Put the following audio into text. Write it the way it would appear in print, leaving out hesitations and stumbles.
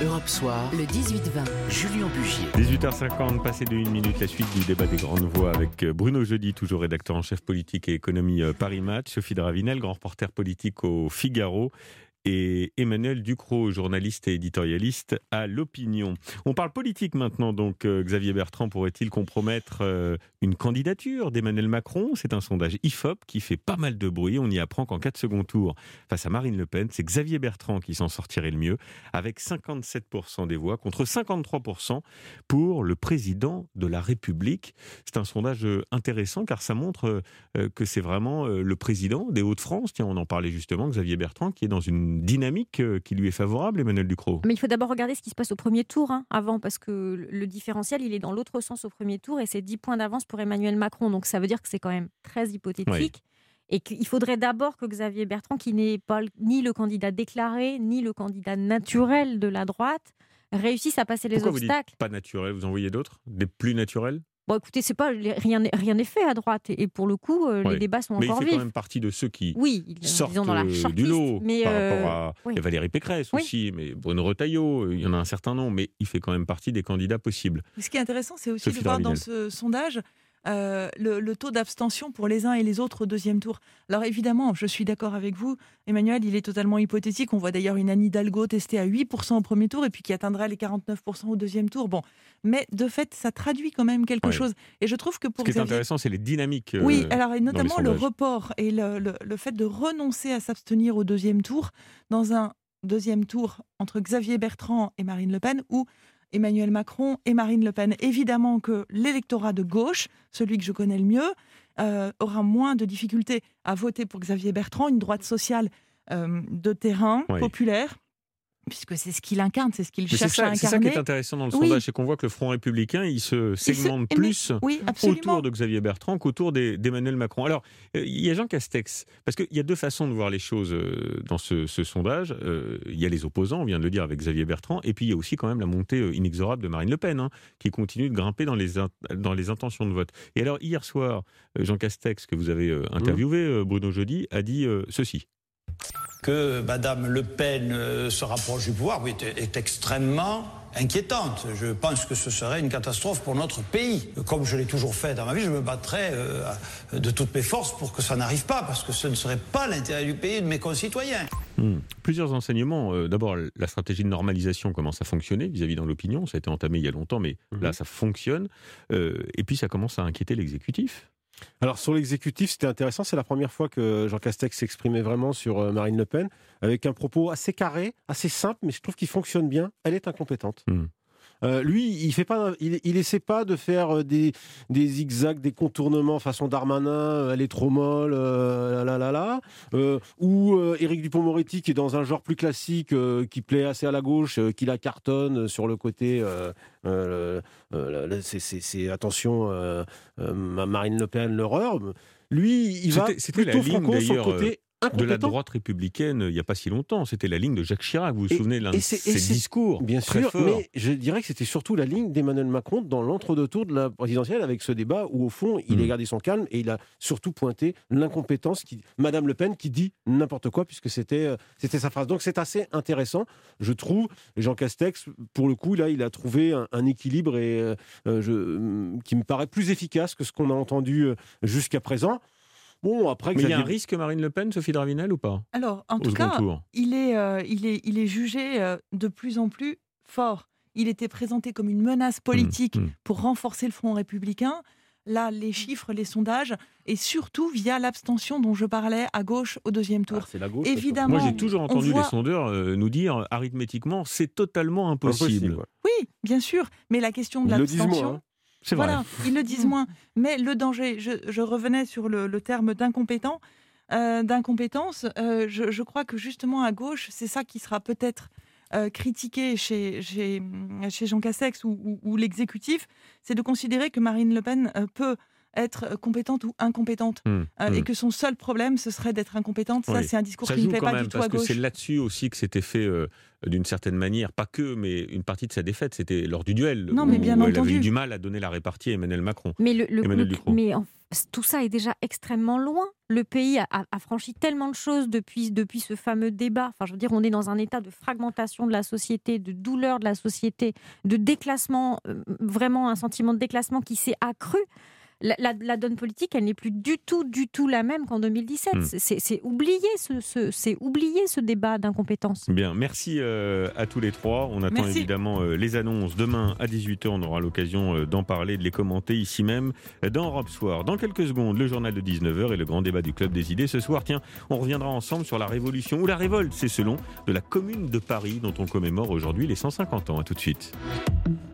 Europe Soir, le 18-20, Julien Bugier. 18h50, passé de 1 minute, la suite du débat des grandes voix avec Bruno Jeudi, toujours rédacteur en chef politique et économie Paris Match, Sophie Dravinel, grand reporter politique au Figaro, et Emmanuel Ducrot, journaliste et éditorialiste à l'Opinion. On parle politique maintenant, donc Xavier Bertrand pourrait-il compromettre une candidature d'Emmanuel Macron ? C'est un sondage IFOP qui fait pas mal de bruit. On y apprend qu'en cas de second tour, face à Marine Le Pen, c'est Xavier Bertrand qui s'en sortirait le mieux, avec 57% des voix contre 53% pour le président de la République. C'est un sondage intéressant car ça montre que c'est vraiment le président des Hauts-de-France, tiens, on en parlait justement, Xavier Bertrand, qui est dans une dynamique qui lui est favorable, Emmanuel Ducrot. Mais il faut d'abord regarder ce qui se passe au premier tour, avant, parce que le différentiel, il est dans l'autre sens au premier tour, et c'est 10 points d'avance pour Emmanuel Macron. Donc ça veut dire que c'est quand même très hypothétique. Oui. Et qu'il faudrait d'abord que Xavier Bertrand, qui n'est pas ni le candidat déclaré, ni le candidat naturel de la droite, réussisse à passer les obstacles. Pourquoi vous dites pas naturel ? Vous en voyez d'autres ? Des plus naturels ? Bon, écoutez, c'est pas, rien n'est fait à droite. Et pour le coup, les débats sont encore vifs. Mais il fait quand même partie de ceux qui sortent dans la du lot. Mais par rapport à il y a Valérie Pécresse aussi, mais Bruno Retailleau, il y en a un certain nombre, mais il fait quand même partie des candidats possibles. Ce qui est intéressant, c'est aussi de voir dans ce sondage le taux d'abstention pour les uns et les autres au deuxième tour. Alors évidemment, je suis d'accord avec vous, Emmanuel, il est totalement hypothétique. On voit d'ailleurs une Anne Hidalgo testée à 8% au premier tour et puis qui atteindrait les 49% au deuxième tour. Bon, mais de fait, ça traduit quand même quelque chose. Et je trouve que pour ce qui est intéressant, c'est les dynamiques. Oui, alors et notamment le report et le fait de renoncer à s'abstenir au deuxième tour, dans un deuxième tour entre Xavier Bertrand et Marine Le Pen, ou Emmanuel Macron et Marine Le Pen. Évidemment que l'électorat de gauche, celui que je connais le mieux, aura moins de difficultés à voter pour Xavier Bertrand, une droite sociale de terrain, populaire, puisque c'est ce qu'il incarne, c'est ce qu'il cherche à incarner. C'est ça qui est intéressant dans le sondage, c'est qu'on voit que le Front républicain, il se segmente plus autour de Xavier Bertrand qu'autour d'Emmanuel Macron. Alors, il y a Jean Castex, parce qu'il y a deux façons de voir les choses dans ce sondage. Il y a les opposants, on vient de le dire avec Xavier Bertrand, et puis il y a aussi quand même la montée inexorable de Marine Le Pen, qui continue de grimper dans les intentions de vote. Et alors, hier soir, Jean Castex, que vous avez interviewé, Bruno Jeudi, a dit ceci. Que Mme Le Pen se rapproche du pouvoir est extrêmement inquiétante. Je pense que ce serait une catastrophe pour notre pays. Comme je l'ai toujours fait dans ma vie, je me battrai de toutes mes forces pour que ça n'arrive pas, parce que ce ne serait pas l'intérêt du pays et de mes concitoyens. Plusieurs enseignements. D'abord, la stratégie de normalisation commence à fonctionner vis-à-vis dans l'opinion. Ça a été entamé il y a longtemps, mais là, ça fonctionne. Et puis, ça commence à inquiéter l'exécutif. Alors sur l'exécutif, c'était intéressant, c'est la première fois que Jean Castex s'exprimait vraiment sur Marine Le Pen, avec un propos assez carré, assez simple, mais je trouve qu'il fonctionne bien. Elle est incompétente. Lui, il essaie pas de faire des zigzags, des contournements façon Darmanin, elle est trop molle, ou Éric Dupond-Moretti qui est dans un genre plus classique, qui plaît assez à la gauche, qui la cartonne sur le côté, c'est attention, Marine Le Pen, l'horreur. Lui, il va plutôt franco sur le côté de la droite républicaine, il n'y a pas si longtemps. C'était la ligne de Jacques Chirac. Vous vous souvenez de ses discours bien très sûr, forts. Mais je dirais que c'était surtout la ligne d'Emmanuel Macron dans l'entre-deux-tours de la présidentielle, avec ce débat où, au fond, il a gardé son calme et il a surtout pointé l'incompétence Madame Le Pen qui dit n'importe quoi, puisque c'était sa phrase. Donc c'est assez intéressant, je trouve. Jean Castex, pour le coup, là, il a trouvé un équilibre qui me paraît plus efficace que ce qu'on a entendu jusqu'à présent. Bon, après, mais il y a un risque Marine Le Pen, Sophie Dravinel, ou pas ? Alors, en tout cas, il est jugé de plus en plus fort. Il était présenté comme une menace politique pour renforcer le Front républicain. Là, les chiffres, les sondages, et surtout via l'abstention dont je parlais à gauche au deuxième tour. C'est la gauche. Évidemment, moi, j'ai toujours entendu les sondeurs nous dire, arithmétiquement, c'est totalement impossible. Oui, bien sûr, mais la question de l'abstention... C'est vrai. Voilà, ils le disent moins. Mais le danger, je revenais sur le terme d'incompétence. Je crois que justement à gauche, c'est ça qui sera peut-être critiqué chez Jean Castex ou l'exécutif, c'est de considérer que Marine Le Pen peut être compétente ou incompétente. Et que son seul problème, ce serait d'être incompétente. Ça, c'est un discours qui ne plaît pas du tout à gauche. Parce que c'est là-dessus aussi que c'était fait, d'une certaine manière, pas que, mais une partie de sa défaite, c'était lors du duel. Non, mais bien où entendu. elle avait eu du mal à donner la répartie à Emmanuel Macron. Mais, tout ça est déjà extrêmement loin. Le pays a franchi tellement de choses depuis ce fameux débat. Enfin, je veux dire, on est dans un état de fragmentation de la société, de douleur de la société, de déclassement, vraiment un sentiment de déclassement qui s'est accru. La donne politique, elle n'est plus du tout la même qu'en 2017. C'est oublié ce débat d'incompétence. Bien, merci à tous les trois. On attend évidemment les annonces. Demain à 18h, on aura l'occasion d'en parler, de les commenter ici même dans Europe Soir. Dans quelques secondes, le journal de 19h et le grand débat du Club des idées. Ce soir, tiens, on reviendra ensemble sur la révolution ou la révolte, c'est selon, de la Commune de Paris dont on commémore aujourd'hui les 150 ans. À tout de suite.